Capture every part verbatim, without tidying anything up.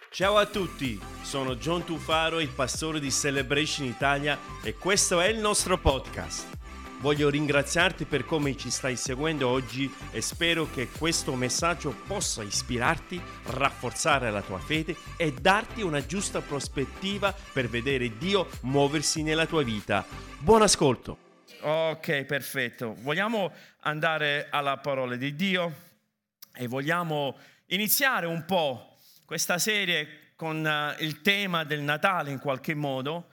Ciao a tutti, sono John Tufaro, il pastore di Celebration Italia e questo è il nostro podcast. Voglio ringraziarti per come ci stai seguendo oggi e spero che questo messaggio possa ispirarti, rafforzare la tua fede e darti una giusta prospettiva per vedere Dio muoversi nella tua vita. Buon ascolto! Ok, perfetto. Vogliamo andare alla parola di Dio e vogliamo iniziare un po' questa serie con uh, il tema del Natale in qualche modo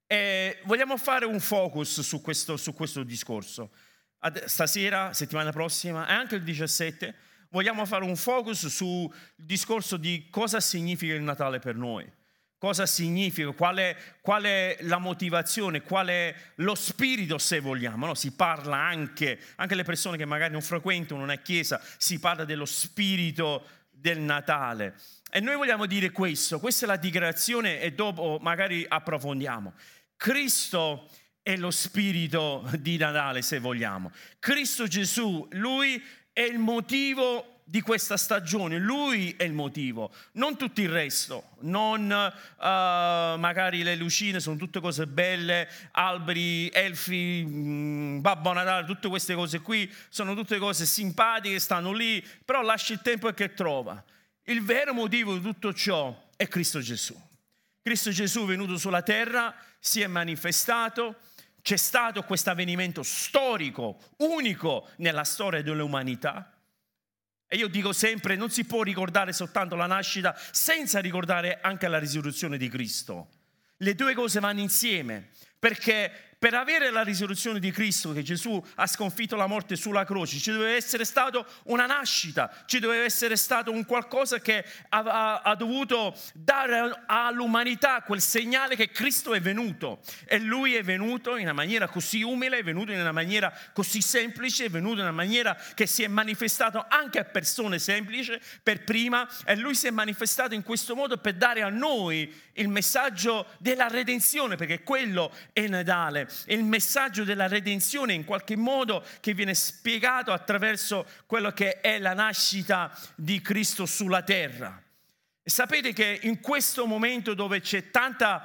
e vogliamo fare un focus su questo, su questo discorso. Ad, stasera, settimana prossima e anche il diciassette vogliamo fare un focus sul discorso di cosa significa il Natale per noi. Cosa significa, qual è, qual è la motivazione, qual è lo spirito se vogliamo, no? Si parla anche, anche le persone che magari non frequentano una chiesa, si parla dello spirito del Natale. E noi vogliamo dire questo, questa è la dichiarazione e dopo magari approfondiamo. Cristo è lo spirito di Natale se vogliamo. Cristo Gesù, Lui è il motivo di questa stagione, Lui è il motivo, non tutto il resto, non uh, magari le lucine sono tutte cose belle, alberi, elfi, mh, Babbo Natale, tutte queste cose qui sono tutte cose simpatiche, stanno lì, però lascia il tempo che trova. Il vero motivo di tutto ciò è Cristo Gesù. Cristo Gesù è venuto sulla terra, si è manifestato, c'è stato questo avvenimento storico, unico nella storia dell'umanità. E io dico sempre, non si può ricordare soltanto la nascita senza ricordare anche la risurrezione di Cristo. Le due cose vanno insieme, perché per avere la risurrezione di Cristo, che Gesù ha sconfitto la morte sulla croce, ci doveva essere stato una nascita, ci doveva essere stato un qualcosa che ha, ha, ha dovuto dare all'umanità quel segnale che Cristo è venuto. E Lui è venuto in una maniera così umile, è venuto in una maniera così semplice, è venuto in una maniera che si è manifestato anche a persone semplici per prima, e Lui si è manifestato in questo modo per dare a noi il messaggio della redenzione, perché quello è Natale. Il messaggio della redenzione in qualche modo che viene spiegato attraverso quello che è la nascita di Cristo sulla terra. E sapete che in questo momento dove c'è tanta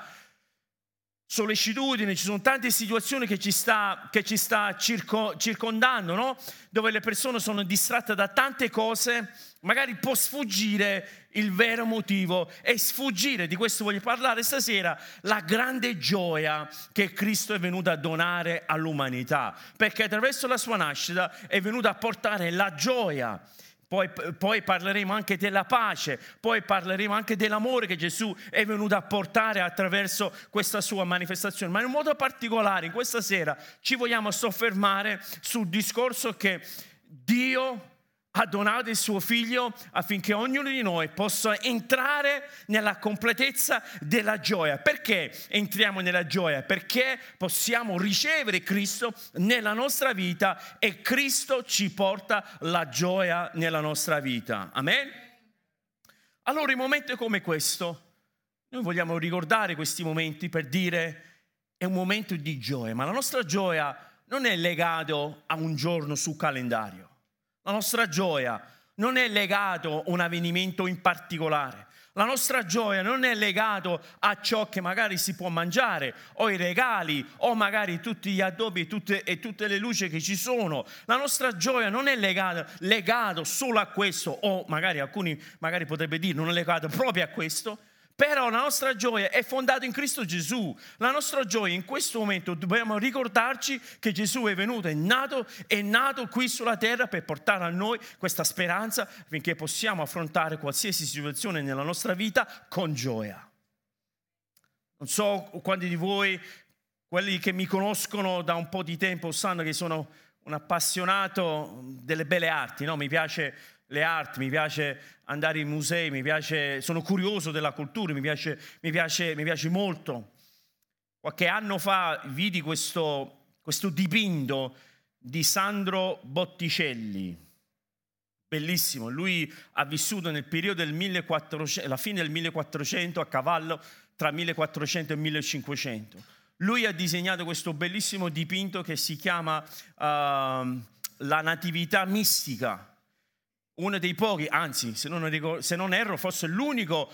sollecitudine, ci sono tante situazioni che ci sta, che ci sta circo, circondando, no? Dove le persone sono distratte da tante cose, magari può sfuggire il vero motivo e sfuggire, di questo voglio parlare stasera, la grande gioia che Cristo è venuto a donare all'umanità, perché attraverso la sua nascita è venuto a portare la gioia. Poi, poi parleremo anche della pace, poi parleremo anche dell'amore che Gesù è venuto a portare attraverso questa sua manifestazione. Ma in un modo particolare, in questa sera, ci vogliamo soffermare sul discorso che Dio ha donato il suo figlio affinché ognuno di noi possa entrare nella completezza della gioia. Perché entriamo nella gioia? Perché possiamo ricevere Cristo nella nostra vita e Cristo ci porta la gioia nella nostra vita. Amen? Allora in momenti come questo noi vogliamo ricordare questi momenti per dire è un momento di gioia, ma la nostra gioia non è legata a un giorno sul calendario. La nostra gioia non è legata a un avvenimento in particolare. La nostra gioia non è legata a ciò che magari si può mangiare, o i regali, o magari tutti gli addobbi e tutte, e tutte le luci che ci sono. La nostra gioia non è legata, legata solo a questo, o magari alcuni magari potrebbe dire non è legata proprio a questo. Però la nostra gioia è fondata in Cristo Gesù. La nostra gioia in questo momento dobbiamo ricordarci che Gesù è venuto, è nato, è nato qui sulla terra per portare a noi questa speranza affinché possiamo affrontare qualsiasi situazione nella nostra vita con gioia. Non so quanti di voi, quelli che mi conoscono da un po' di tempo, sanno che sono un appassionato delle belle arti, no? Mi piace le arti, mi piace andare in musei, mi piace, sono curioso della cultura, mi piace, mi piace, mi piace molto. Qualche anno fa vidi questo, questo dipinto di Sandro Botticelli, bellissimo. Lui ha vissuto nel periodo del millequattrocento, la fine del millequattrocento, a cavallo tra millequattrocento e millecinquecento. Lui ha disegnato questo bellissimo dipinto che si chiama uh, La Natività Mistica. Uno dei pochi, anzi, se non, ricordo, se non erro, forse l'unico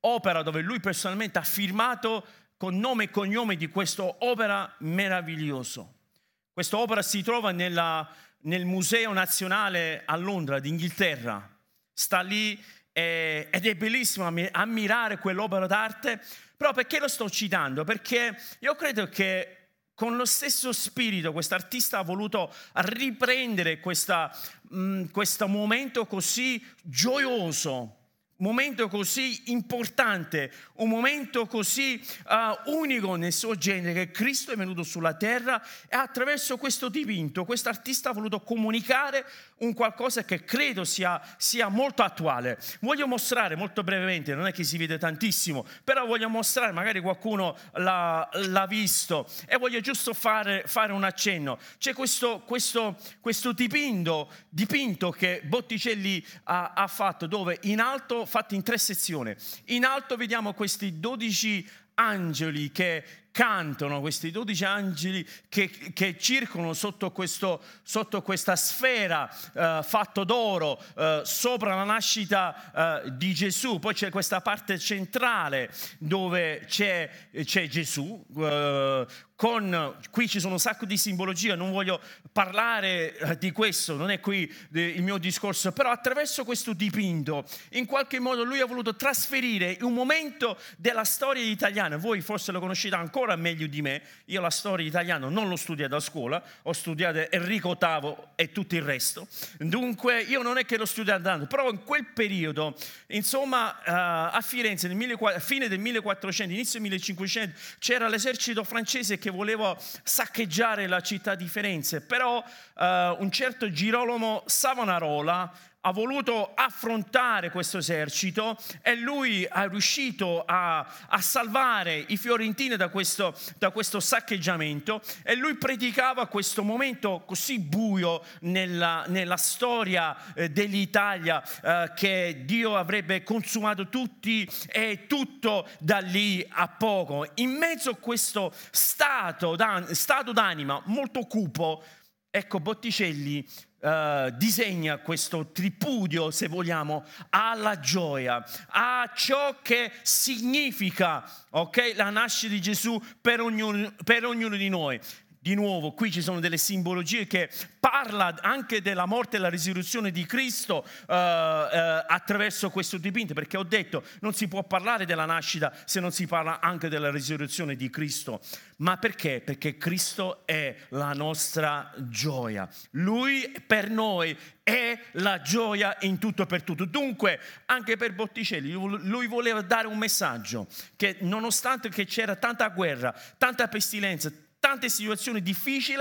opera dove lui personalmente ha firmato con nome e cognome di questa opera meravigliosa. Questa opera si trova nella, nel Museo Nazionale a Londra, d'Inghilterra. Sta lì eh, ed è bellissimo ammirare quell'opera d'arte. Però perché lo sto citando? Perché io credo che con lo stesso spirito quest'artista ha voluto riprendere questa, mh, questo momento così gioioso, momento così importante, un momento così uh, unico nel suo genere, che Cristo è venuto sulla terra, e attraverso questo dipinto quest'artista ha voluto comunicare un qualcosa che credo sia, sia molto attuale. Voglio mostrare molto brevemente, non è che si vede tantissimo, però voglio mostrare, magari qualcuno l'ha, l'ha visto, e voglio giusto fare, fare un accenno. C'è questo, questo, questo dipinto, dipinto che Botticelli ha, ha fatto, dove in alto, fatto in tre sezioni, in alto vediamo questi dodici angeli che cantano, questi dodici angeli che, che circolano sotto, questo, sotto questa sfera eh, fatto d'oro eh, sopra la nascita eh, di Gesù. Poi c'è questa parte centrale dove c'è, c'è Gesù, eh, con, qui ci sono un sacco di simbologia, non voglio parlare eh, di questo, non è qui eh, il mio discorso, però attraverso questo dipinto in qualche modo lui ha voluto trasferire un momento della storia italiana. Voi forse lo conoscete ancora meglio di me. Io la storia italiana non l'ho studiata a scuola, ho studiato Enrico ottavo e tutto il resto, dunque io non è che l'ho studiato tanto, però in quel periodo, insomma, uh, a Firenze nel millequattrocento, fine del millequattrocento, inizio del millecinquecento, c'era l'esercito francese che voleva saccheggiare la città di Firenze, però uh, un certo Girolamo Savonarola ha voluto affrontare questo esercito e lui è riuscito a, a salvare i fiorentini da questo, da questo saccheggiamento, e lui predicava questo momento così buio nella, nella storia eh, dell'Italia, eh, che Dio avrebbe consumato tutti e tutto da lì a poco. In mezzo a questo stato, stato d'anima molto cupo, ecco, Botticelli Uh, disegna questo tripudio, se vogliamo, alla gioia, a ciò che significa, ok, la nascita di Gesù per ognuno, per ognuno di noi. Di nuovo, qui ci sono delle simbologie che parla anche della morte e la risurrezione di Cristo uh, uh, attraverso questo dipinto, perché ho detto non si può parlare della nascita se non si parla anche della risurrezione di Cristo. Ma perché? Perché Cristo è la nostra gioia. Lui per noi è la gioia in tutto e per tutto. Dunque, anche per Botticelli, lui voleva dare un messaggio che nonostante che c'era tanta guerra, tanta pestilenza, tante situazioni difficili,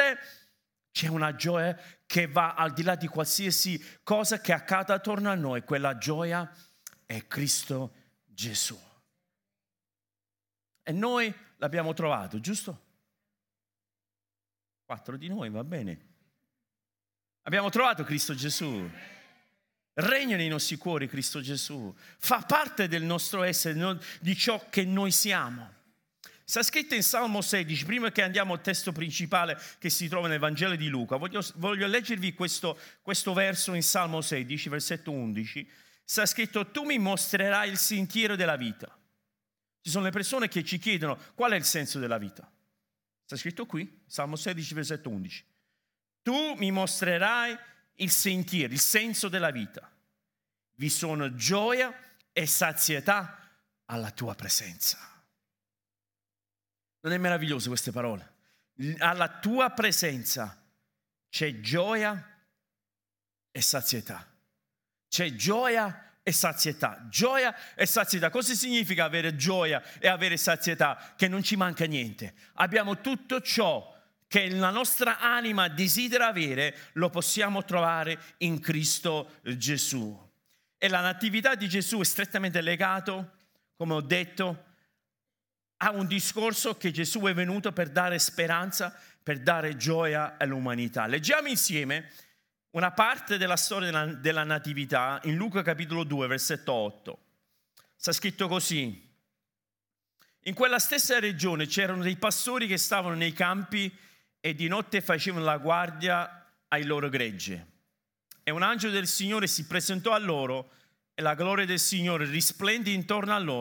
c'è una gioia che va al di là di qualsiasi cosa che accada attorno a noi. Quella gioia è Cristo Gesù. E noi l'abbiamo trovato, giusto? Quattro di noi, va bene. Abbiamo trovato Cristo Gesù. Regna nei nostri cuori Cristo Gesù. Fa parte del nostro essere, di ciò che noi siamo. Sta scritto in Salmo sedici, prima che andiamo al testo principale che si trova nel Vangelo di Luca, voglio, voglio leggervi questo, questo verso in Salmo sedici, versetto undici. Sta scritto: tu mi mostrerai il sentiero della vita. Ci sono le persone che ci chiedono qual è il senso della vita. Sta scritto qui, Salmo sedici, versetto undici. Tu mi mostrerai il sentiero, il senso della vita. Vi sono gioia e sazietà alla tua presenza. Non è meraviglioso queste parole? Alla tua presenza c'è gioia e sazietà. C'è gioia e sazietà. Gioia e sazietà. Cosa significa avere gioia e avere sazietà? Che non ci manca niente. Abbiamo tutto ciò che la nostra anima desidera avere, lo possiamo trovare in Cristo Gesù. E la natività di Gesù è strettamente legato, come ho detto, a un discorso che Gesù è venuto per dare speranza, per dare gioia all'umanità. Leggiamo insieme una parte della storia della, della natività in Luca capitolo due, versetto otto. Sta scritto così: in quella stessa regione c'erano dei pastori che stavano nei campi e di notte facevano la guardia ai loro greggi. E un angelo del Signore si presentò a loro e la gloria del Signore risplendì intorno a loro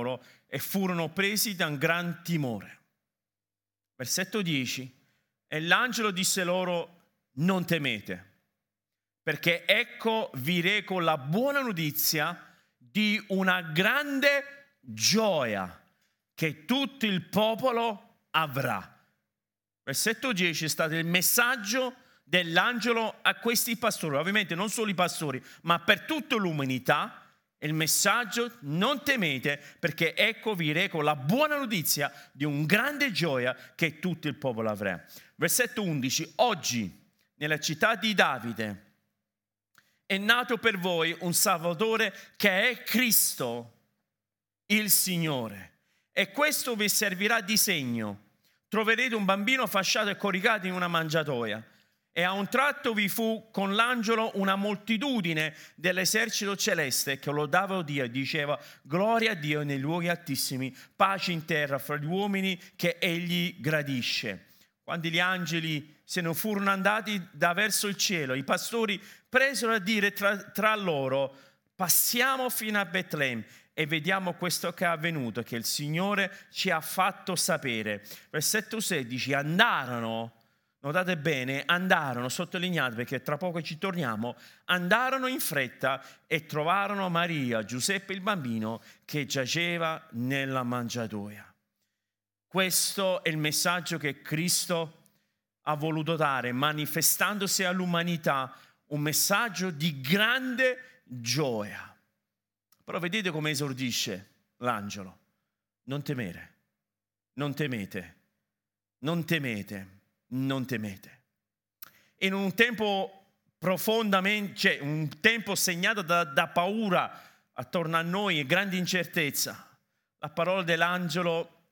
e furono presi da un gran timore. Versetto dieci. E l'angelo disse loro: non temete, perché ecco vi reco la buona notizia di una grande gioia che tutto il popolo avrà. Versetto dieci è stato il messaggio dell'angelo a questi pastori, ovviamente non solo i pastori, ma per tutta l'umanità. Il messaggio: non temete, perché ecco vi reco la buona notizia di un grande gioia che tutto il popolo avrà. Versetto undici. Oggi nella città di Davide è nato per voi un Salvatore che è Cristo il Signore, e questo vi servirà di segno: troverete un bambino fasciato e coricato in una mangiatoia. E a un tratto vi fu con l'angelo una moltitudine dell'esercito celeste che lodava Dio e diceva: gloria a Dio nei luoghi altissimi, pace in terra fra gli uomini che egli gradisce. Quando gli angeli se ne furono andati da verso il cielo, i pastori presero a dire tra, tra loro: passiamo fino a Betlemme e vediamo questo che è avvenuto, che il Signore ci ha fatto sapere. Versetto sedici. Andarono, notate bene, andarono, sottolineate perché tra poco ci torniamo, andarono in fretta e trovarono Maria, Giuseppe il bambino, che giaceva nella mangiatoia. Questo è il messaggio che Cristo ha voluto dare, manifestandosi all'umanità, un messaggio di grande gioia. Però vedete come esordisce l'angelo: non temere, non temete, non temete. Non temete. In un tempo profondamente, cioè un tempo segnato da, da paura attorno a noi e grande incertezza, la parola dell'angelo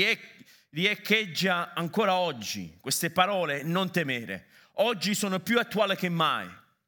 riecheggia ancora oggi. Queste parole: non temere, oggi sono più attuali che mai.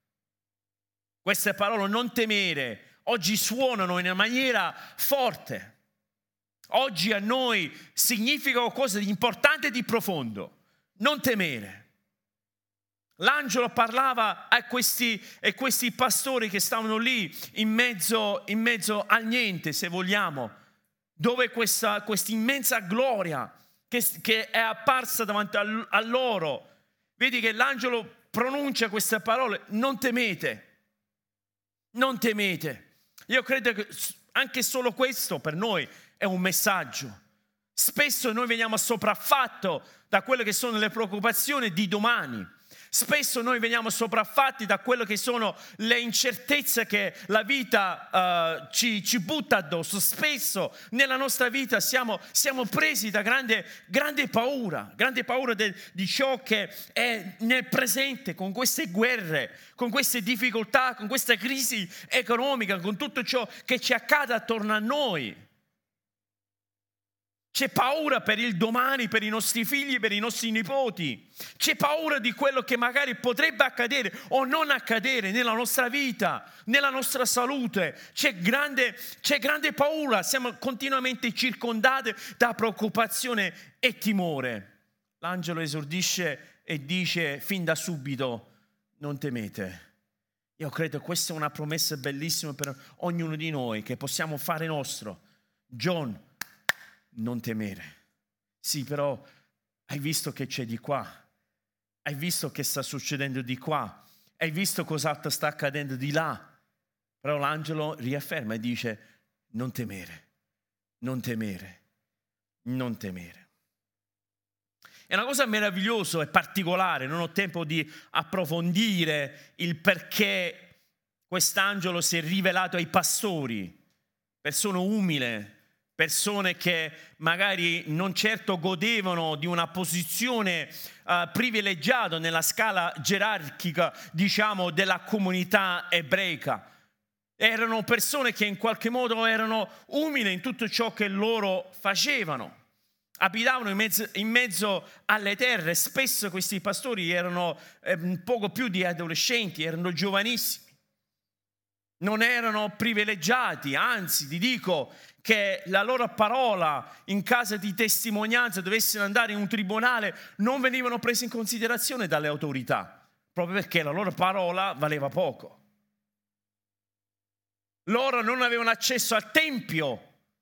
Queste parole non temere oggi suonano in una maniera forte. Oggi a noi significa qualcosa di importante e di profondo. Non temere. L'angelo parlava a questi, a questi pastori che stavano lì in mezzo, in mezzo al niente, se vogliamo, dove questa immensa gloria che, che è apparsa davanti a, a loro. Vedi che l'angelo pronuncia queste parole: non temete, non temete. Io credo che anche solo questo per noi è un messaggio. Spesso noi veniamo sopraffatti da quelle che sono le preoccupazioni di domani. Spesso noi veniamo sopraffatti da quelle che sono le incertezze che la vita uh, ci, ci butta addosso. Spesso nella nostra vita siamo, siamo presi da grande, grande paura, grande paura de, di ciò che è nel presente, con queste guerre, con queste difficoltà, con questa crisi economica, con tutto ciò che ci accade attorno a noi. C'è paura per il domani, per i nostri figli, per i nostri nipoti. C'è paura di quello che magari potrebbe accadere o non accadere nella nostra vita, nella nostra salute. C'è grande, c'è grande paura, siamo continuamente circondati da preoccupazione e timore. L'angelo esordisce e dice fin da subito: non temete. Io credo che questa è una promessa bellissima per ognuno di noi, che possiamo fare nostro. John, non temere. Sì, però hai visto che c'è di qua, hai visto che sta succedendo di qua, hai visto cos'altro sta accadendo di là. Però l'angelo riafferma e dice: non temere, non temere, non temere. È una cosa meravigliosa e particolare, non ho tempo di approfondire il perché quest'angelo si è rivelato ai pastori, persone umili, persone che magari non certo godevano di una posizione uh, privilegiata nella scala gerarchica, diciamo, della comunità ebraica. Erano persone che in qualche modo erano umili in tutto ciò che loro facevano. Abitavano in mezzo, in mezzo alle terre. Spesso questi pastori erano eh, un poco più di adolescenti, erano giovanissimi. Non erano privilegiati, anzi ti dico che la loro parola in caso di testimonianza dovessero andare in un tribunale, non venivano prese in considerazione dalle autorità, proprio perché la loro parola valeva poco. Loro non avevano accesso al tempio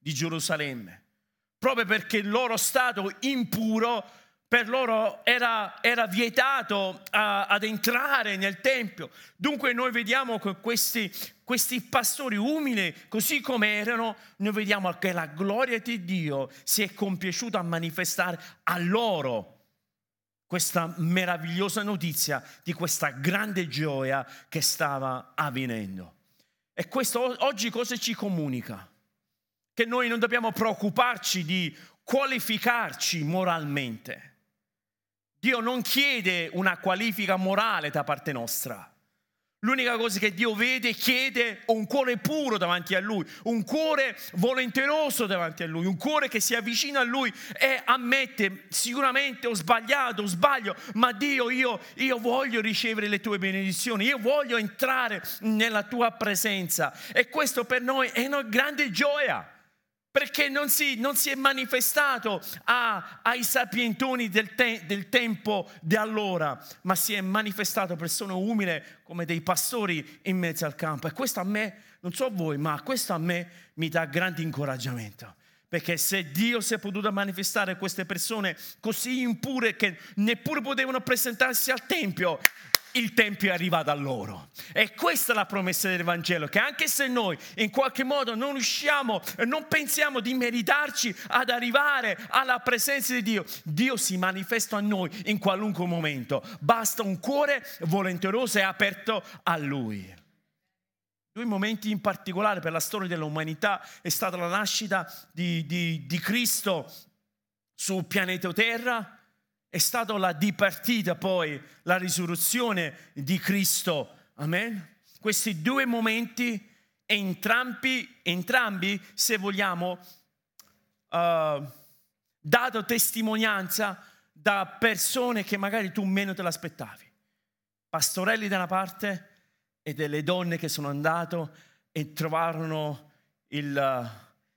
di Gerusalemme, proprio perché il loro stato impuro, per loro era, era vietato a, ad entrare nel Tempio. Dunque noi vediamo che questi, questi pastori umili, così come erano, noi vediamo che la gloria di Dio si è compiaciuta a manifestare a loro questa meravigliosa notizia di questa grande gioia che stava avvenendo. E questo oggi cosa ci comunica? Che noi non dobbiamo preoccuparci di qualificarci moralmente. Dio non chiede una qualifica morale da parte nostra. L'unica cosa che Dio vede, chiede un cuore puro davanti a Lui, un cuore volenteroso davanti a Lui, un cuore che si avvicina a Lui e ammette: sicuramente ho sbagliato, ho sbaglio, ma Dio, io, io voglio ricevere le Tue benedizioni, io voglio entrare nella Tua presenza. E questo per noi è una grande gioia, perché non si, non si è manifestato a, ai sapientoni del, te, del tempo di allora, ma si è manifestato a persone umili come dei pastori in mezzo al campo. E questo a me, non so voi, ma questo a me mi dà grande incoraggiamento. Perché se Dio si è potuto manifestare a queste persone così impure che neppure potevano presentarsi al Tempio, il Tempio è arrivato a loro. E questa è la promessa del Vangelo, che anche se noi in qualche modo non riusciamo, non pensiamo di meritarci ad arrivare alla presenza di Dio, Dio si manifesta a noi in qualunque momento. Basta un cuore volenteroso e aperto a Lui. Due momenti in particolare per la storia dell'umanità è stata la nascita di, di, di Cristo sul pianeta Terra. È stata la dipartita poi, la risurrezione di Cristo. Amen? Questi due momenti, entrambi, entrambi se vogliamo, uh, dato testimonianza da persone che magari tu meno te l'aspettavi. Pastorelli da una parte e delle donne che sono andate e trovarono il,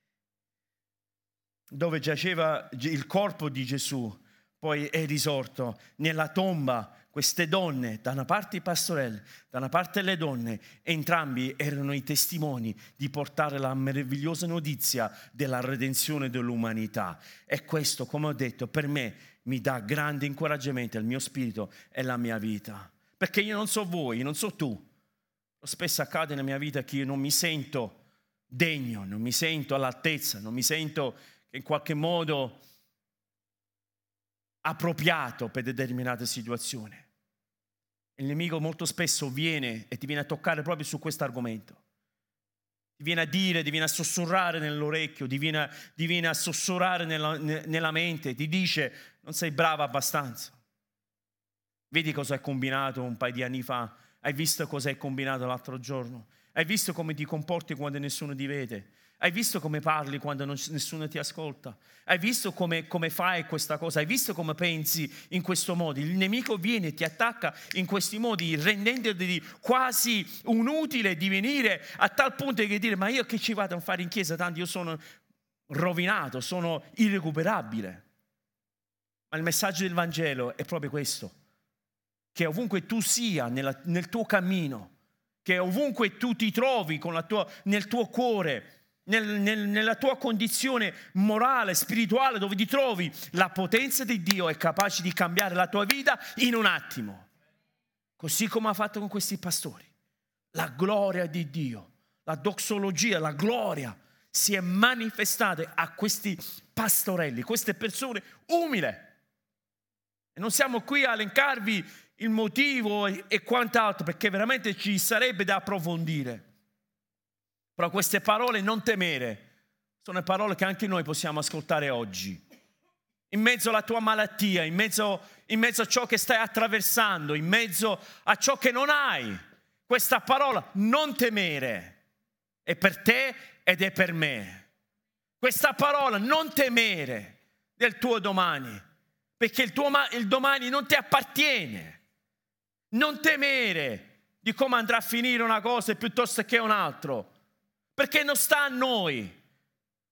dove giaceva il corpo di Gesù. Poi è risorto nella tomba. Queste donne, da una parte i pastorelli, da una parte le donne, entrambi erano i testimoni di portare la meravigliosa notizia della redenzione dell'umanità. E questo, come ho detto, per me mi dà grande incoraggiamento al mio spirito e alla mia vita. Perché io non so voi, non so tu. Spesso accade nella mia vita che io non mi sento degno, non mi sento all'altezza, non mi sento che in qualche modo appropriato per determinate situazioni. Il nemico molto spesso viene e ti viene a toccare proprio su questo argomento. Ti viene a dire, ti viene a sussurrare nell'orecchio, ti viene, ti viene a sussurrare nella, nella mente, ti dice: non sei brava abbastanza. Vedi cosa hai combinato un paio di anni fa? Hai visto cosa hai combinato l'altro giorno? Hai visto come ti comporti quando nessuno ti vede? Hai visto come parli quando non, nessuno ti ascolta? Hai visto come, come fai questa cosa? Hai visto come pensi in questo modo? Il nemico viene e ti attacca in questi modi, rendendoti quasi inutile di venire, a tal punto che dire: ma io che ci vado a fare in chiesa? Tanto io sono rovinato, sono irrecuperabile. Ma il messaggio del Vangelo è proprio questo: che ovunque tu sia nella, nel tuo cammino, che ovunque tu ti trovi con la tua, nel tuo cuore, Nel, nel, nella tua condizione morale, spirituale, dove ti trovi, la potenza di Dio è capace di cambiare la tua vita in un attimo. Così come ha fatto con questi pastori. La gloria di Dio, la doxologia, la gloria si è manifestata a questi pastorelli, queste persone umili. E non siamo qui a elencarvi il motivo e, e quant'altro, perché veramente ci sarebbe da approfondire. Però queste parole, non temere, sono parole che anche noi possiamo ascoltare oggi. In mezzo alla tua malattia, in mezzo, in mezzo a ciò che stai attraversando, in mezzo a ciò che non hai, questa parola, non temere, è per te ed è per me. Questa parola, non temere del tuo domani, perché il tuo il domani non ti appartiene. Non temere di come andrà a finire una cosa piuttosto che un altro. Perché non sta a noi.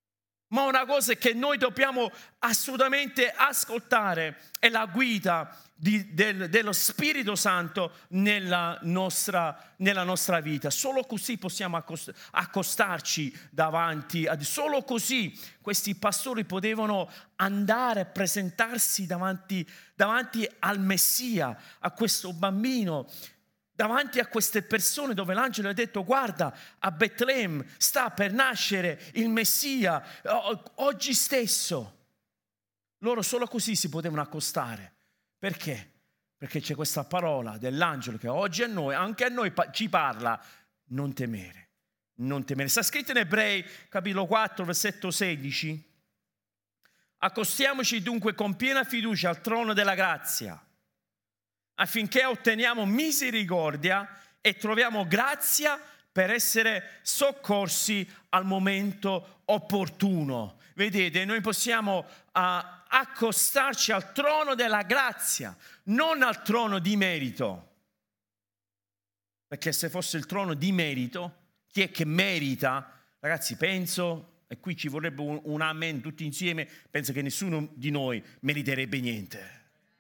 Ma una cosa che noi dobbiamo assolutamente ascoltare è la guida di, del, dello Spirito Santo nella nostra, nella nostra vita. Solo così possiamo accost- accostarci davanti a Dio. Solo così questi pastori potevano andare a presentarsi davanti, davanti al Messia, a questo bambino, davanti a queste persone dove l'angelo ha detto: guarda, a Betlemme sta per nascere il Messia oggi stesso. Loro solo così si potevano accostare. Perché? Perché c'è questa parola dell'angelo che oggi a noi, anche a noi ci parla: non temere, non temere. Sta scritto in Ebrei capitolo quattro versetto sedici: accostiamoci dunque con piena fiducia al trono della grazia, affinché otteniamo misericordia e troviamo grazia per essere soccorsi al momento opportuno. Vedete, noi possiamo uh, accostarci al trono della grazia, non al trono di merito. Perché se fosse il trono di merito, chi è che merita? Ragazzi, penso, e qui ci vorrebbe un, un amen tutti insieme, penso che nessuno di noi meriterebbe niente.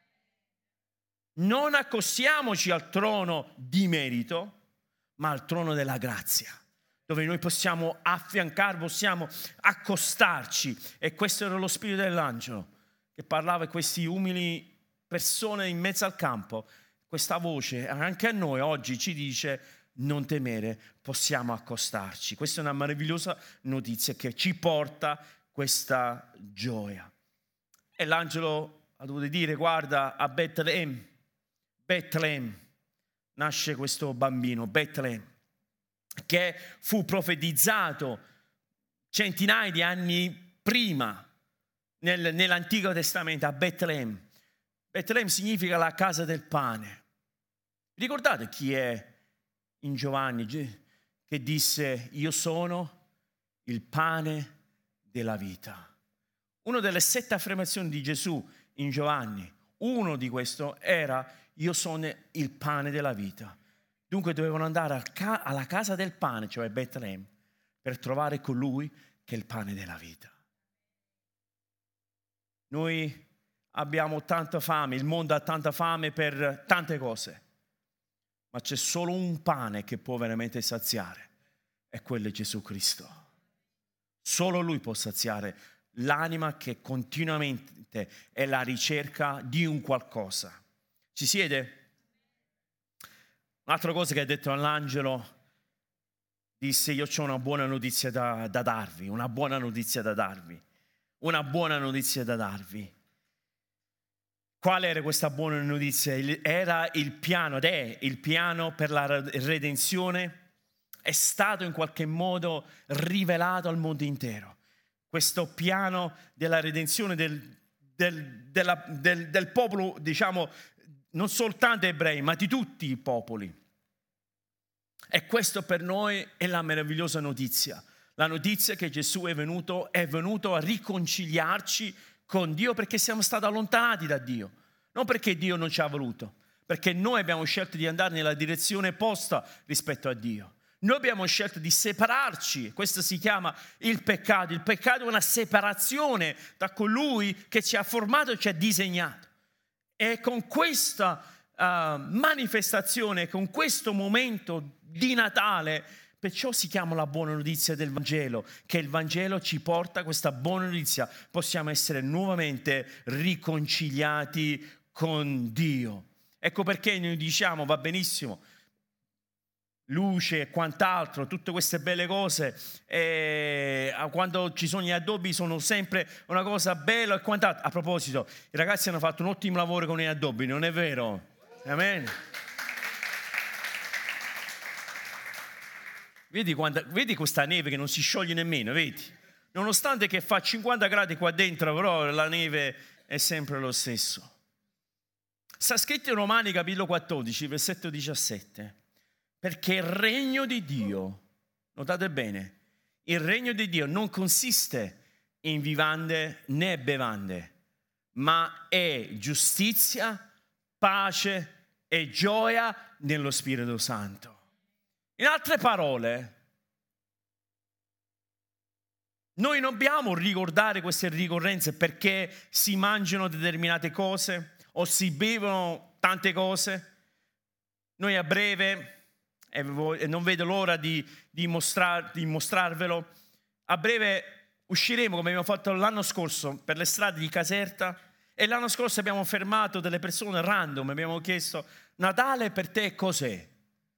Non accostiamoci al trono di merito, ma al trono della grazia, dove noi possiamo affiancare, possiamo accostarci. E questo era lo spirito dell'angelo che parlava a queste umili persone in mezzo al campo. Questa voce anche a noi oggi ci dice: non temere, possiamo accostarci. Questa è una meravigliosa notizia che ci porta questa gioia. E l'angelo ha dovuto dire: guarda, a Betlemme, Betlemme nasce questo bambino, Betlemme, che fu profetizzato centinaia di anni prima nel, nell'Antico Testamento, a Betlemme. Betlemme significa la casa del pane. Ricordate chi è in Giovanni che disse: io sono il pane della vita? Una delle sette affermazioni di Gesù in Giovanni, uno di questo era: io sono il pane della vita. Dunque dovevano andare alla casa del pane, cioè Betlemme, per trovare colui che è il pane della vita. Noi abbiamo tanta fame, il mondo ha tanta fame per tante cose, ma c'è solo un pane che può veramente saziare, e quello è Gesù Cristo. Solo Lui può saziare l'anima che continuamente è alla ricerca di un qualcosa. Ci siede? Un'altra cosa che ha detto all'angelo, disse: io ho una buona notizia da, da darvi, una buona notizia da darvi, una buona notizia da darvi. Qual era questa buona notizia? Era il piano, ed è il piano per la redenzione, è stato in qualche modo rivelato al mondo intero. Questo piano della redenzione del, del, della, del, del popolo, diciamo, non soltanto ebrei, ma di tutti i popoli. E questo per noi è la meravigliosa notizia. La notizia che Gesù è venuto, è venuto a riconciliarci con Dio, perché siamo stati allontanati da Dio. Non perché Dio non ci ha voluto, perché noi abbiamo scelto di andare nella direzione opposta rispetto a Dio. Noi abbiamo scelto di separarci. Questo si chiama il peccato. Il peccato è una separazione da colui che ci ha formato e ci ha disegnato. E con questa uh, manifestazione, con questo momento di Natale, perciò si chiama la buona notizia del Vangelo, che il Vangelo ci porta a questa buona notizia. Possiamo essere nuovamente riconciliati con Dio. Ecco perché noi diciamo: va benissimo, luce e quant'altro, tutte queste belle cose, e quando ci sono gli addobbi sono sempre una cosa bella e quant'altro. A proposito, i ragazzi hanno fatto un ottimo lavoro con gli addobbi, non è vero? Amen. Vedi, quando, vedi questa neve che non si scioglie nemmeno, vedi? Nonostante che fa cinquanta gradi qua dentro, però la neve è sempre lo stesso. Sta scritto in Romani capitolo quattordici, versetto diciassette. Perché il regno di Dio, notate bene, il regno di Dio non consiste in vivande né bevande, ma è giustizia, pace e gioia nello Spirito Santo. In altre parole, Noi non dobbiamo ricordare queste ricorrenze perché si mangiano determinate cose o si bevono tante cose. Noi a breve, e non vedo l'ora di, di, mostrar, di mostrarvelo, a breve usciremo, come abbiamo fatto l'anno scorso, per le strade di Caserta, e l'anno scorso abbiamo fermato delle persone random, abbiamo chiesto: Natale per te cos'è?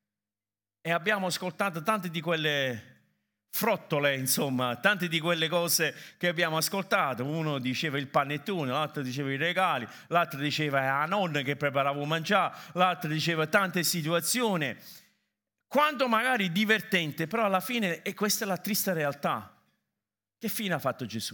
E abbiamo ascoltato tante di quelle frottole, insomma, tante di quelle cose che abbiamo ascoltato. Uno diceva il panettone, l'altro diceva i regali, l'altro diceva la nonna che preparava un mangiare, l'altro diceva tante situazioni, quanto magari divertente, però alla fine, e questa è la triste realtà, che fine ha fatto Gesù?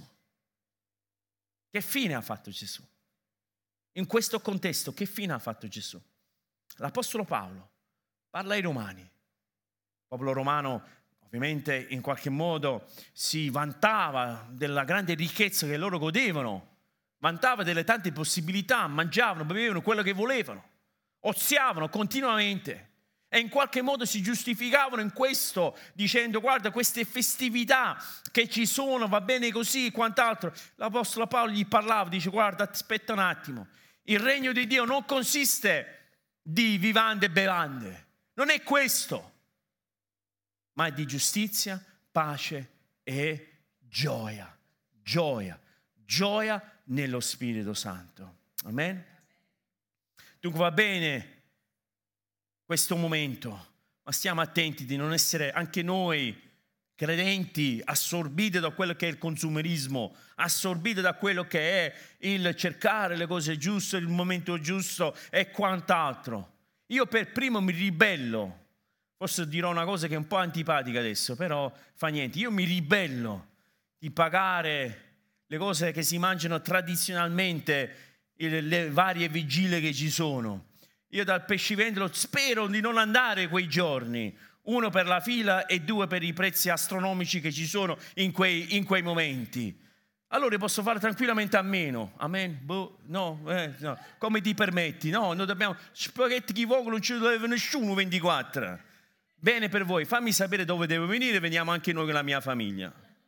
Che fine ha fatto Gesù? In questo contesto, che fine ha fatto Gesù? L'Apostolo Paolo parla ai Romani. Il popolo romano ovviamente in qualche modo si vantava della grande ricchezza che loro godevano, vantava delle tante possibilità, mangiavano, bevevano quello che volevano, oziavano continuamente e in qualche modo si giustificavano in questo dicendo: guarda, queste festività che ci sono, va bene così, quant'altro. L'Apostolo Paolo gli parlava, dice: guarda, aspetta un attimo, il regno di Dio non consiste di vivande e bevande, non è questo, ma è di giustizia, pace e gioia, gioia, gioia nello Spirito Santo. Amen? Dunque va bene questo momento, ma stiamo attenti di non essere anche noi credenti assorbiti da quello che è il consumerismo, assorbiti da quello che è il cercare le cose giuste, il momento giusto e quant'altro. Io per primo mi ribello. Forse dirò una cosa che è un po' antipatica adesso, però fa niente. Io mi ribello di pagare le cose che si mangiano tradizionalmente, le varie vigilie che ci sono. Io dal pescivendolo spero di non andare quei giorni, uno per la fila e due per i prezzi astronomici che ci sono in quei, in quei momenti. Allora posso fare tranquillamente a meno. Amen? Boh, no, eh, no. Come ti permetti? No, noi dobbiamo spaghetti chi vuole, non ci deve nessuno ventiquattro. Bene per voi, fammi sapere dove devo venire, veniamo anche noi con la mia famiglia.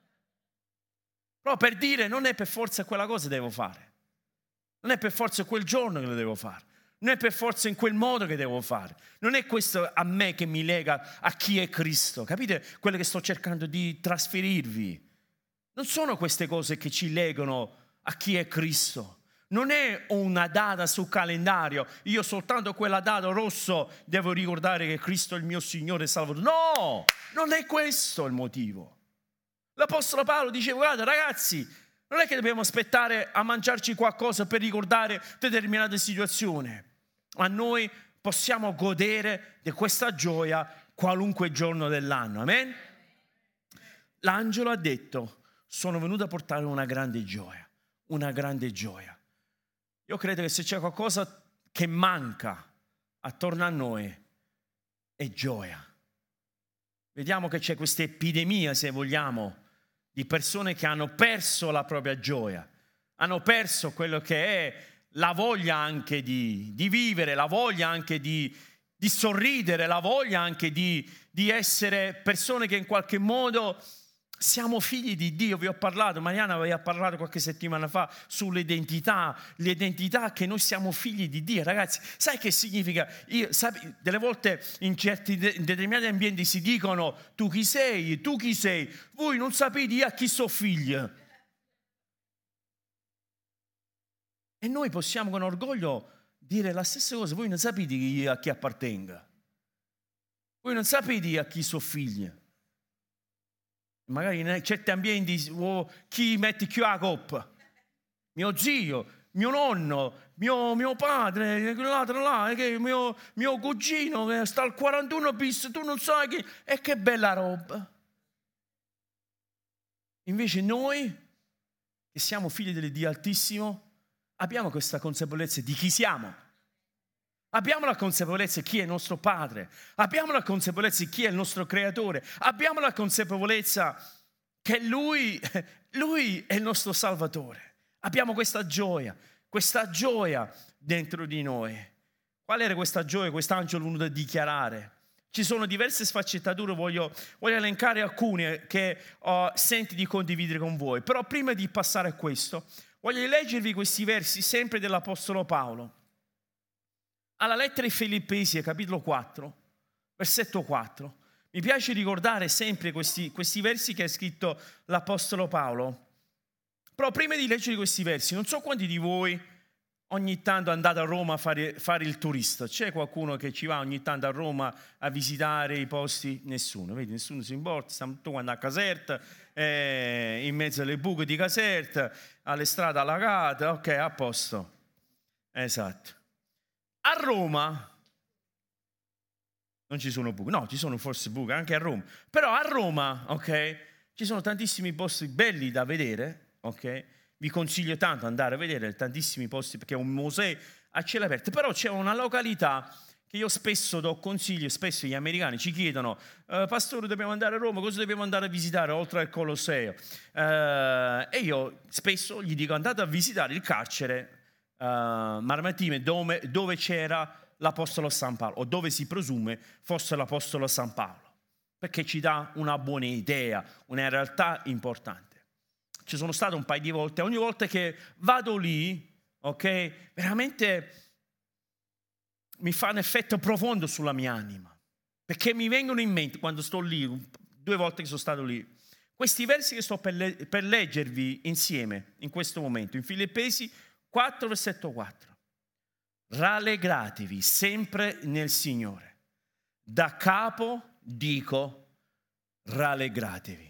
Però per dire, non è per forza quella cosa che devo fare, non è per forza quel giorno che lo devo fare, non è per forza in quel modo che devo fare, non è questo a me che mi lega a chi è Cristo. Capite quello che sto cercando di trasferirvi? Non sono queste cose che ci legano a chi è Cristo. Non è una data sul calendario, io soltanto quella data rosso devo ricordare che Cristo è il mio Signore e Salvatore. No, non è questo il motivo. L'Apostolo Paolo diceva: guarda ragazzi, non è che dobbiamo aspettare a mangiarci qualcosa per ricordare determinate situazioni, ma noi possiamo godere di questa gioia qualunque giorno dell'anno. Amen? L'angelo ha detto: sono venuto a portare una grande gioia, una grande gioia. Io credo che se c'è qualcosa che manca attorno a noi è gioia. Vediamo che c'è questa epidemia, se vogliamo, di persone che hanno perso la propria gioia, hanno perso quello che è la voglia anche di, di vivere, la voglia anche di, di sorridere, la voglia anche di, di essere persone che in qualche modo siamo figli di Dio. Vi ho parlato, Mariana vi ha parlato qualche settimana fa sull'identità, l'identità che noi siamo figli di Dio. Ragazzi, sai che significa? Io, sai, delle volte in certi in determinati ambienti si dicono: tu chi sei? Tu chi sei? Voi non sapete io a chi sono figlio. E noi possiamo con orgoglio dire la stessa cosa: voi non sapete io a chi appartenga, voi non sapete io a chi sono figlio. Magari in certi ambienti oh, chi mette più a coppa? Mio zio, mio nonno, mio, mio padre, l'altro là, che mio, mio cugino che sta al quarantuno bis, tu non sai che... E che bella roba! Invece noi, che siamo figli dell'Iddio Altissimo, abbiamo questa consapevolezza di chi siamo. Abbiamo la consapevolezza di chi è il nostro Padre, abbiamo la consapevolezza di chi è il nostro Creatore, abbiamo la consapevolezza che Lui, Lui è il nostro Salvatore. Abbiamo questa gioia, questa gioia dentro di noi. Qual era questa gioia? Quest'angelo è venuto a dichiarare. Ci sono diverse sfaccettature, voglio, voglio elencare alcune che uh, sento di condividere con voi. Però prima di passare a questo, voglio leggervi questi versi sempre dell'Apostolo Paolo. Alla lettera ai Filippesi, capitolo quattro, versetto quattro. Mi piace ricordare sempre questi, questi versi che ha scritto l'Apostolo Paolo. Però prima di leggere questi versi, non so quanti di voi ogni tanto andate a Roma a fare, fare il turista. C'è qualcuno che ci va ogni tanto a Roma a visitare i posti? Nessuno, vedi, nessuno si importa, stiamo tutti quanti a Caserta, eh, in mezzo alle buche di Caserta, alle strade allagate, ok, a posto. Esatto. A Roma non ci sono buche, no, ci sono forse buche anche a Roma, però a Roma, ok, ci sono tantissimi posti belli da vedere, ok? Vi consiglio tanto andare a vedere tantissimi posti perché è un museo a cielo aperto, però c'è una località che io spesso do consiglio, spesso gli americani ci chiedono eh, pastore, dobbiamo andare a Roma, cosa dobbiamo andare a visitare oltre al Colosseo? Eh, e io spesso gli dico andate a visitare il carcere eh, Mamertino dove, dove c'era l'Apostolo San Paolo, o dove si presume fosse l'Apostolo San Paolo, perché ci dà una buona idea, una realtà importante. Ci sono stato un paio di volte, ogni volta che vado lì, ok, veramente mi fa un effetto profondo sulla mia anima, perché mi vengono in mente quando sto lì, due volte che sono stato lì, questi versi che sto per, le- per leggervi insieme in questo momento, in Filippesi quattro, versetto quattro. Rallegratevi sempre nel Signore. Da capo dico, rallegratevi.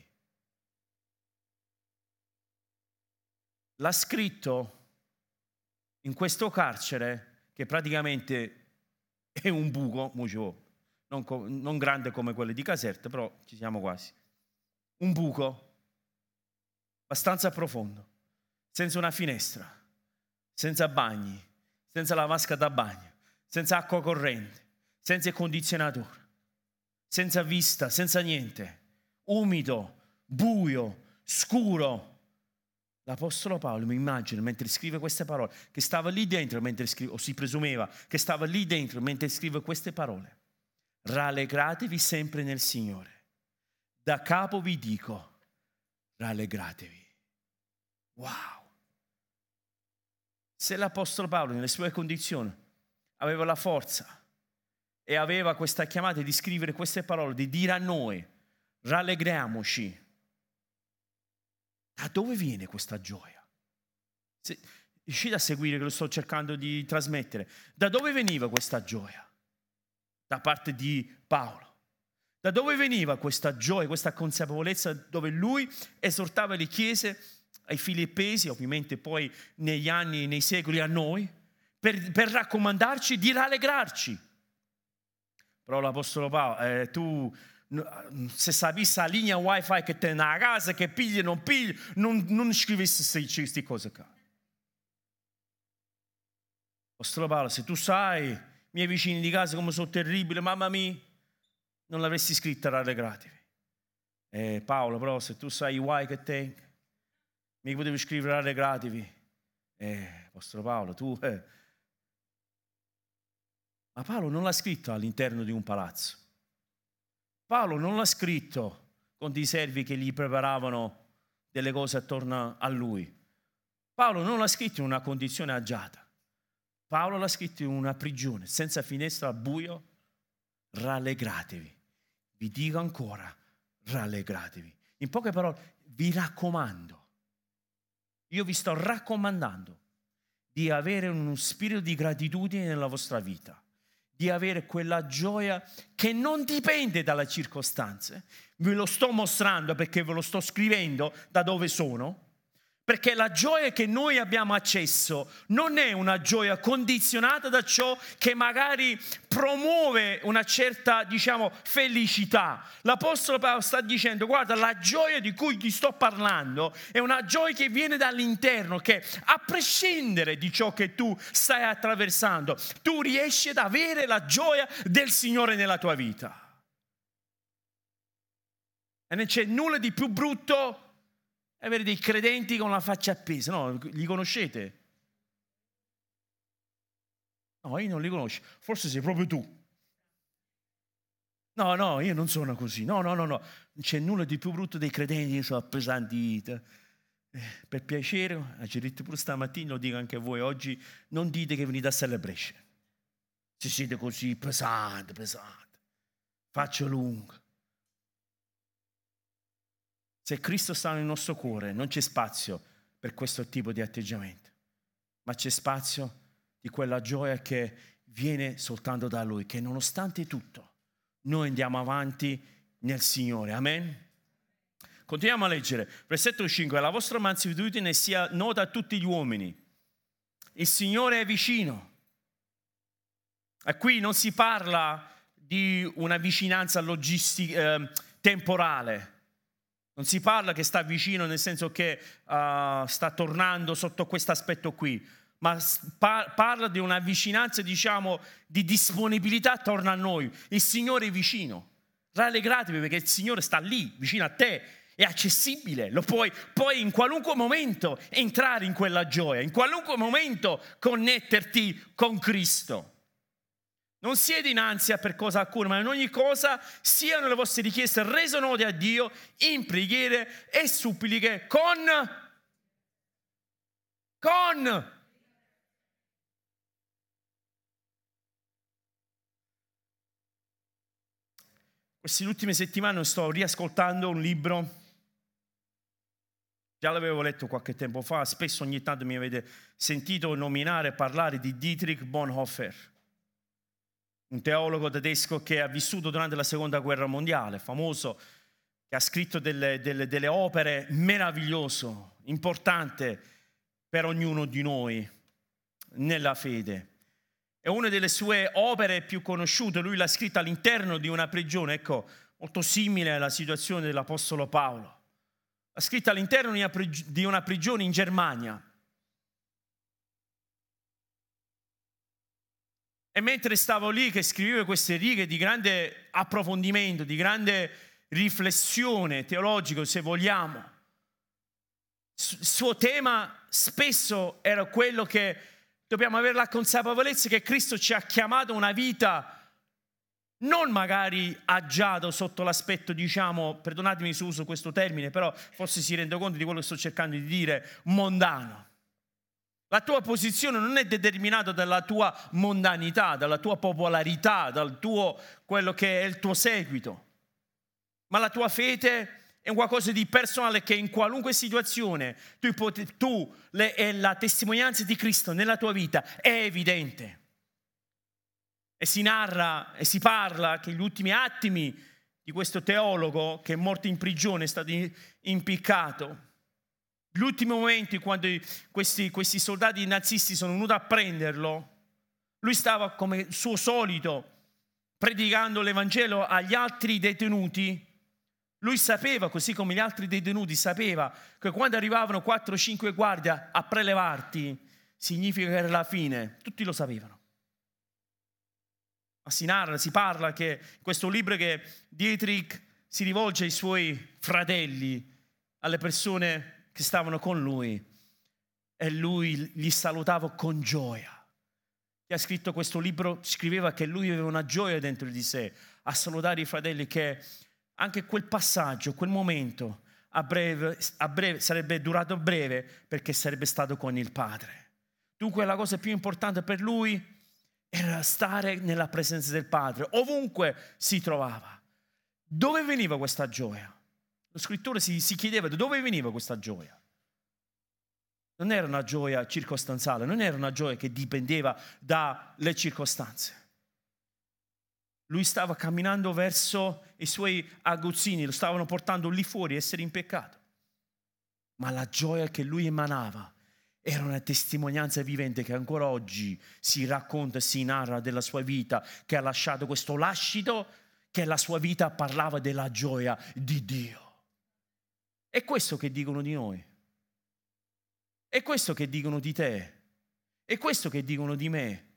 L'ha scritto in questo carcere che praticamente è un buco, non, co- non grande come quello di Caserta, però ci siamo quasi. Un buco abbastanza profondo, senza una finestra, senza bagni, senza la vasca da bagno, senza acqua corrente, senza il condizionatore, senza vista, senza niente, umido, buio, scuro. L'Apostolo Paolo mi immagino mentre scrive queste parole, che stava lì dentro mentre scrive, o si presumeva che stava lì dentro mentre scrive queste parole. Rallegratevi sempre nel Signore. Da capo vi dico, rallegratevi. Wow! Se l'Apostolo Paolo nelle sue condizioni aveva la forza e aveva questa chiamata di scrivere queste parole, di dire a noi, rallegriamoci, da dove viene questa gioia? Se, riuscite a seguire che lo sto cercando di trasmettere? Da dove veniva questa gioia? Da parte di Paolo. Da dove veniva questa gioia, questa consapevolezza dove lui esortava le chiese, ai Filippesi, ovviamente poi negli anni, nei secoli a noi, per, per raccomandarci di rallegrarci. Però l'Apostolo Paolo, eh, tu... se sapessi la linea wifi che te nella casa, che pigli e non pigli, non, non scrivessi queste cose qua. Apostolo Paolo, se tu sai i miei vicini di casa come sono terribili, mamma mia, non l'avresti scritta rallegratevi. Eh, Paolo, però se tu sai i guai che te, mi potevi scrivere rallegratevi. Eh, Apostolo Paolo, tu... Eh. Ma Paolo non l'ha scritto all'interno di un palazzo. Paolo non l'ha scritto con dei servi che gli preparavano delle cose attorno a lui. Paolo non l'ha scritto in una condizione agiata. Paolo l'ha scritto in una prigione, senza finestra, al buio. Rallegratevi. Vi dico ancora, rallegratevi. In poche parole, vi raccomando. Io vi sto raccomandando di avere uno spirito di gratitudine nella vostra vita. Di avere quella gioia che non dipende dalle circostanze. Ve lo sto mostrando perché ve lo sto scrivendo da dove sono. Perché la gioia che noi abbiamo accesso non è una gioia condizionata da ciò che magari promuove una certa, diciamo, felicità. L'Apostolo Paolo sta dicendo, guarda, la gioia di cui ti sto parlando è una gioia che viene dall'interno, che a prescindere di ciò che tu stai attraversando, tu riesci ad avere la gioia del Signore nella tua vita. E non c'è nulla di più brutto avere dei credenti con la faccia appesa. No, li conoscete? No, io non li conosco. Forse sei proprio tu. No, no, io non sono così. No, no, no, no. Non c'è nulla di più brutto dei credenti che sono appesantiti. Eh, per piacere, ci ho detto pure stamattina, lo dico anche a voi oggi, non dite che venite a Celebration. Se siete così pesante, pesante, faccio lungo. Se Cristo sta nel nostro cuore, non c'è spazio per questo tipo di atteggiamento, ma c'è spazio di quella gioia che viene soltanto da Lui, che nonostante tutto noi andiamo avanti nel Signore. Amen? Continuiamo a leggere. Versetto cinque. La vostra mansuetudine sia nota a tutti gli uomini. Il Signore è vicino. E qui non si parla di una vicinanza logistica, eh, temporale. Non si parla che sta vicino nel senso che uh, sta tornando sotto questo aspetto qui, ma par- parla di una vicinanza, diciamo, di disponibilità attorno a noi. Il Signore è vicino. Rallegratevi perché il Signore sta lì, vicino a te, è accessibile. Lo puoi, puoi in qualunque momento entrare in quella gioia, in qualunque momento connetterti con Cristo. Non siete in ansia per cosa alcuna, ma in ogni cosa siano le vostre richieste rese note a Dio in preghiere e suppliche con... con... Queste ultime settimane sto riascoltando un libro, già l'avevo letto qualche tempo fa, spesso ogni tanto mi avete sentito nominare e parlare di Dietrich Bonhoeffer, un teologo tedesco che ha vissuto durante la seconda guerra mondiale, famoso, che ha scritto delle, delle, delle opere meravigliose, importanti per ognuno di noi nella fede. E una delle sue opere più conosciute, lui l'ha scritta all'interno di una prigione, ecco, molto simile alla situazione dell'Apostolo Paolo. L'ha scritta all'interno di una prigione in Germania. E mentre stavo lì che scrivevo queste righe di grande approfondimento, di grande riflessione teologica, se vogliamo, il suo tema spesso era quello che dobbiamo avere la consapevolezza che Cristo ci ha chiamato a una vita non magari agiata sotto l'aspetto, diciamo, perdonatemi se uso questo termine, però forse si rende conto di quello che sto cercando di dire, mondano. La tua posizione non è determinata dalla tua mondanità, dalla tua popolarità, dal tuo, quello che è il tuo seguito, ma la tua fede è un qualcosa di personale che in qualunque situazione tu, tu le, e la testimonianza di Cristo nella tua vita è evidente. E si narra e si parla che gli ultimi attimi di questo teologo che è morto in prigione, è stato impiccato, gli ultimi momenti quando questi, questi soldati nazisti sono venuti a prenderlo, lui stava come suo solito predicando l'Evangelo agli altri detenuti. Lui sapeva, così come gli altri detenuti sapeva, che quando arrivavano quattro cinque guardie a prelevarti significa che era la fine. Tutti lo sapevano. Ma si narra, si parla che in questo libro che Dietrich si rivolge ai suoi fratelli, alle persone che stavano con lui, e lui li salutava con gioia. Chi ha scritto questo libro scriveva che lui aveva una gioia dentro di sé a salutare i fratelli, che anche quel passaggio, quel momento a breve, a breve sarebbe durato breve perché sarebbe stato con il Padre. Dunque la cosa più importante per lui era stare nella presenza del Padre, ovunque si trovava. Dove veniva questa gioia? Lo scrittore si, si chiedeva da dove veniva questa gioia. Non era una gioia circostanziale, non era una gioia che dipendeva dalle circostanze. Lui stava camminando verso i suoi aguzzini, lo stavano portando lì fuori a essere in peccato. Ma la gioia che lui emanava era una testimonianza vivente che ancora oggi si racconta e si narra della sua vita, che ha lasciato questo lascito, che la sua vita parlava della gioia di Dio. È questo che dicono di noi. È questo che dicono di te. È questo che dicono di me.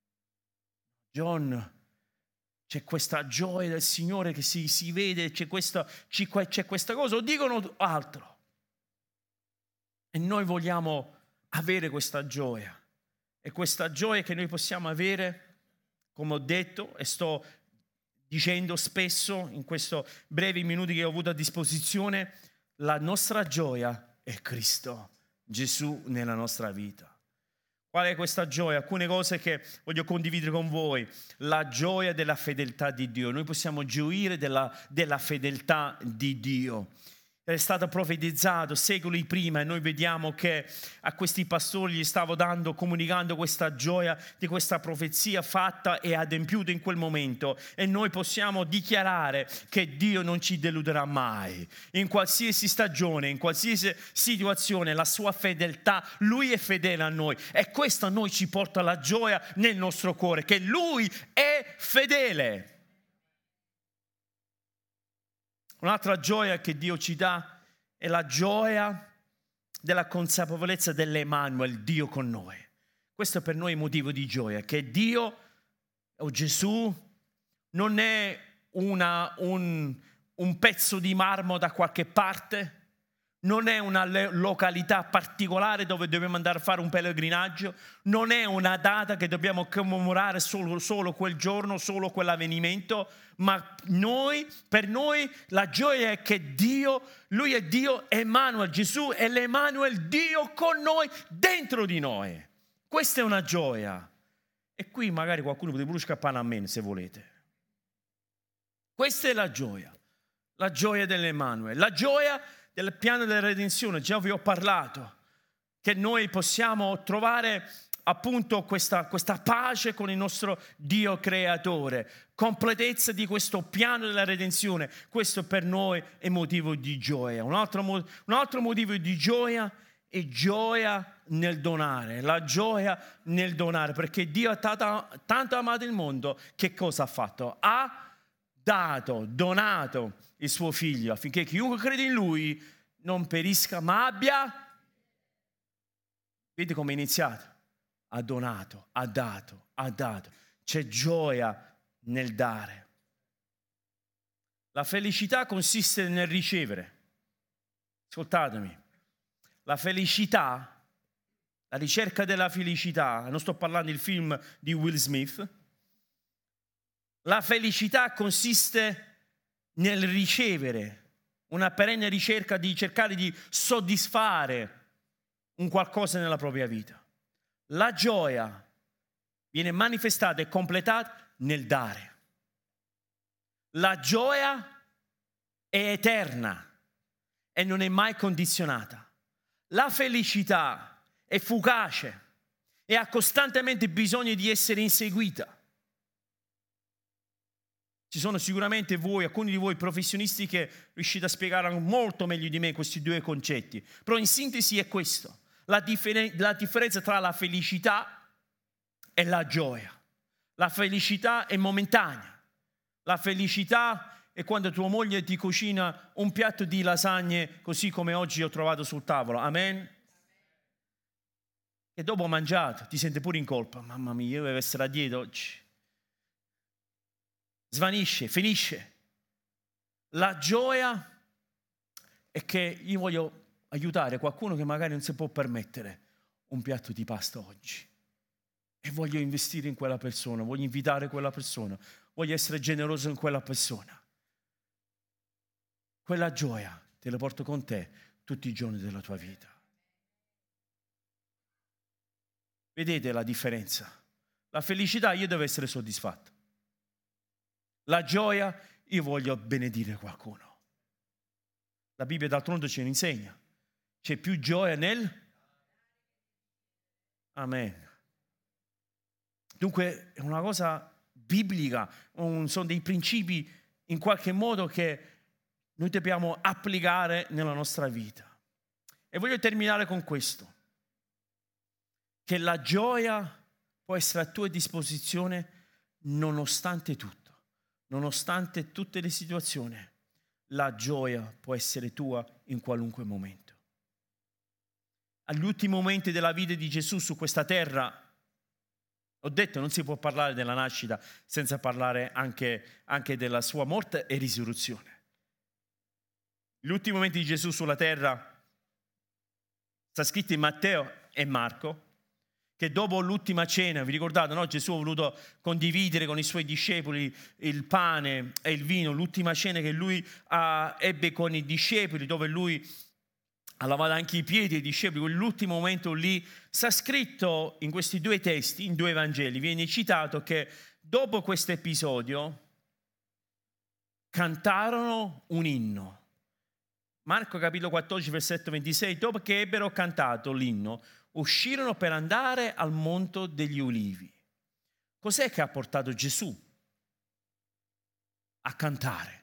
John, c'è questa gioia del Signore che si, si vede, c'è questa, c'è questa cosa, o dicono altro. E noi vogliamo avere questa gioia. E questa gioia che noi possiamo avere, come ho detto e sto dicendo spesso, in questi brevi minuti che ho avuto a disposizione, la nostra gioia è Cristo, Gesù nella nostra vita. Qual è questa gioia? Alcune cose che voglio condividere con voi. La gioia della fedeltà di Dio. Noi possiamo gioire della, della fedeltà di Dio. È stato profetizzato secoli prima e noi vediamo che a questi pastori gli stavo dando, comunicando questa gioia di questa profezia fatta e adempiuta in quel momento, e noi possiamo dichiarare che Dio non ci deluderà mai. In qualsiasi stagione, in qualsiasi situazione, la sua fedeltà, Lui è fedele a noi, e questo a noi ci porta alla gioia nel nostro cuore, che Lui è fedele. Un'altra gioia che Dio ci dà è la gioia della consapevolezza dell'Emanuel, Dio con noi. Questo per noi è motivo di gioia, che Dio, o Gesù, non è una, un, un pezzo di marmo da qualche parte, non è una località particolare dove dobbiamo andare a fare un pellegrinaggio, non è una data che dobbiamo commemorare solo, solo quel giorno, solo quell'avvenimento, ma noi, per noi la gioia è che Dio, Lui è Dio Emanuel, Gesù è l'Emanuel, Dio con noi, dentro di noi. Questa è una gioia. E qui magari qualcuno potrebbe pure scappare a me se volete. Questa è la gioia, la gioia dell'Emanuel, la gioia del piano della redenzione. Già vi ho parlato che noi possiamo trovare appunto questa, questa pace con il nostro Dio creatore, completezza di questo piano della redenzione. Questo per noi è motivo di gioia. Un altro, un altro motivo di gioia è gioia nel donare, la gioia nel donare, perché Dio ha tanto, tanto amato il mondo. Che cosa ha fatto? Ha dato, donato il suo figlio affinché chiunque crede in lui non perisca ma abbia. Vedete come è iniziato? Ha donato, ha dato, ha dato. C'è gioia nel dare. La felicità consiste nel ricevere. Ascoltatemi. La felicità, la ricerca della felicità, non sto parlando del film di Will Smith. La felicità consiste nel ricevere, una perenne ricerca di cercare di soddisfare un qualcosa nella propria vita. La gioia viene manifestata e completata nel dare. La gioia è eterna e non è mai condizionata. La felicità è fugace e ha costantemente bisogno di essere inseguita. Ci sono sicuramente voi, alcuni di voi professionisti che riuscite a spiegare molto meglio di me questi due concetti, però in sintesi è questo. La, differen- la differenza tra la felicità e la gioia. La felicità è momentanea. La felicità è quando tua moglie ti cucina un piatto di lasagne così come oggi ho trovato sul tavolo. Amen? E dopo mangiato ti senti pure in colpa. Mamma mia, io devo essere a dieta oggi. Svanisce, finisce. La gioia è che io voglio aiutare qualcuno che magari non si può permettere un piatto di pasta oggi, e voglio investire in quella persona, voglio invitare quella persona, voglio essere generoso in quella persona. Quella gioia te la porto con te tutti i giorni della tua vita. Vedete la differenza? La felicità, io devo essere soddisfatto. La gioia, io voglio benedire qualcuno. La Bibbia d'altronde ce lo insegna. C'è più gioia nel... Amen. Dunque è una cosa biblica, un, sono dei principi in qualche modo che noi dobbiamo applicare nella nostra vita. E voglio terminare con questo. Che la gioia può essere a tua disposizione nonostante tutto. Nonostante tutte le situazioni, la gioia può essere tua in qualunque momento. Agli ultimi momenti della vita di Gesù su questa terra, ho detto, non si può parlare della nascita senza parlare anche, anche della sua morte e risurrezione. Gli ultimi momenti di Gesù sulla terra sta scritto in Matteo e Marco, che dopo l'ultima cena, vi ricordate, no? Gesù ha voluto condividere con i suoi discepoli il pane e il vino, l'ultima cena che lui uh, ebbe con i discepoli, dove lui ha lavato anche i piedi ai discepoli, quell'ultimo momento lì, sta scritto in questi due testi, in due Vangeli, viene citato che dopo questo episodio cantarono un inno. Marco capitolo quattordici, versetto ventisei, dopo che ebbero cantato l'inno, uscirono per andare al Monte degli Ulivi. Cos'è che ha portato Gesù a cantare?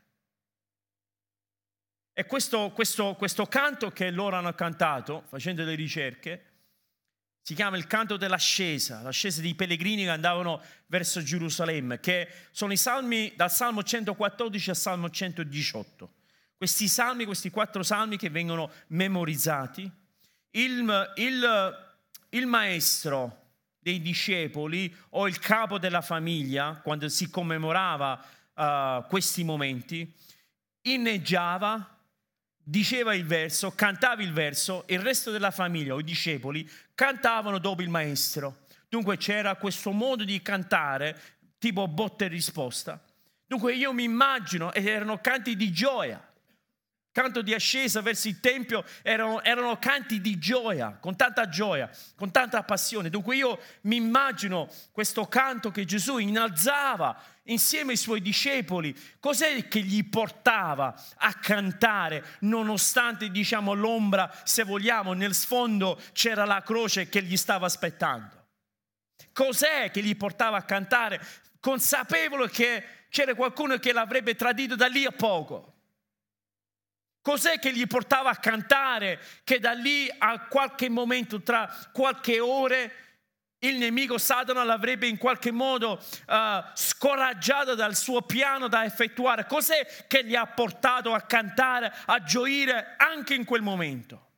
E questo, questo, questo canto che loro hanno cantato, facendo le ricerche, si chiama il canto dell'ascesa, l'ascesa dei pellegrini che andavano verso Gerusalemme, che sono i salmi dal Salmo centoquattordici al Salmo centodiciotto. Questi salmi, questi quattro salmi che vengono memorizzati, il, il, il maestro dei discepoli o il capo della famiglia, quando si commemorava uh, questi momenti, inneggiava, diceva il verso, cantava il verso, il resto della famiglia o i discepoli cantavano dopo il maestro. Dunque c'era questo modo di cantare tipo botta e risposta. Dunque io mi immagino, ed erano canti di gioia, canto di ascesa verso il Tempio, erano, erano canti di gioia, con tanta gioia, con tanta passione. Dunque io mi immagino questo canto che Gesù innalzava insieme ai suoi discepoli. Cos'è che gli portava a cantare, nonostante, diciamo, l'ombra, se vogliamo, nel sfondo c'era la croce che gli stava aspettando? Cos'è che gli portava a cantare, consapevole che c'era qualcuno che l'avrebbe tradito da lì a poco? Cos'è che gli portava a cantare che da lì a qualche momento, tra qualche ore, il nemico Satana l'avrebbe in qualche modo uh, scoraggiato dal suo piano da effettuare? Cos'è che gli ha portato a cantare, a gioire anche in quel momento?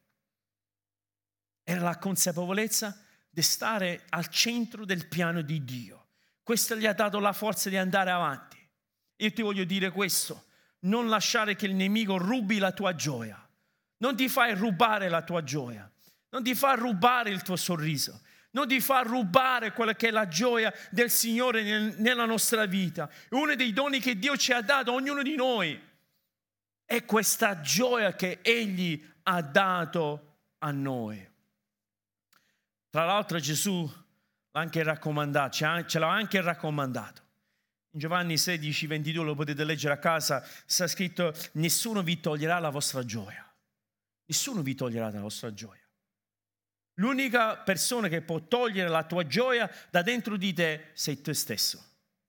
Era la consapevolezza di stare al centro del piano di Dio. Questo gli ha dato la forza di andare avanti. Io ti voglio dire questo: non lasciare che il nemico rubi la tua gioia. Non ti fai rubare la tua gioia. Non ti fa rubare il tuo sorriso. Non ti fa rubare quella che è la gioia del Signore nel, nella nostra vita. Uno dei doni che Dio ci ha dato a ognuno di noi è questa gioia che Egli ha dato a noi. Tra l'altro Gesù l'ha anche raccomandato, ce l'ha anche raccomandato. In Giovanni sedici ventidue, lo potete leggere a casa, sta scritto: nessuno vi toglierà la vostra gioia. Nessuno vi toglierà la vostra gioia. L'unica persona che può togliere la tua gioia da dentro di te sei te stesso.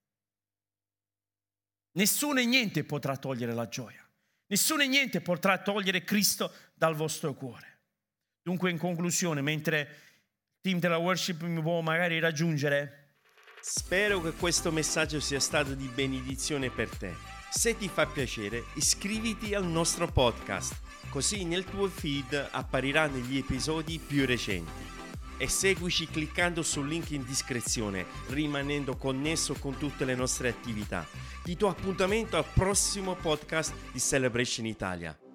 Nessuno e niente potrà togliere la gioia. Nessuno e niente potrà togliere Cristo dal vostro cuore. Dunque, in conclusione, mentre il team della worship mi può magari raggiungere, spero che questo messaggio sia stato di benedizione per te. Se ti fa piacere, iscriviti al nostro podcast, così nel tuo feed appariranno gli episodi più recenti. E seguici cliccando sul link in descrizione, rimanendo connesso con tutte le nostre attività. Ti do appuntamento al prossimo podcast di Celebration Italia.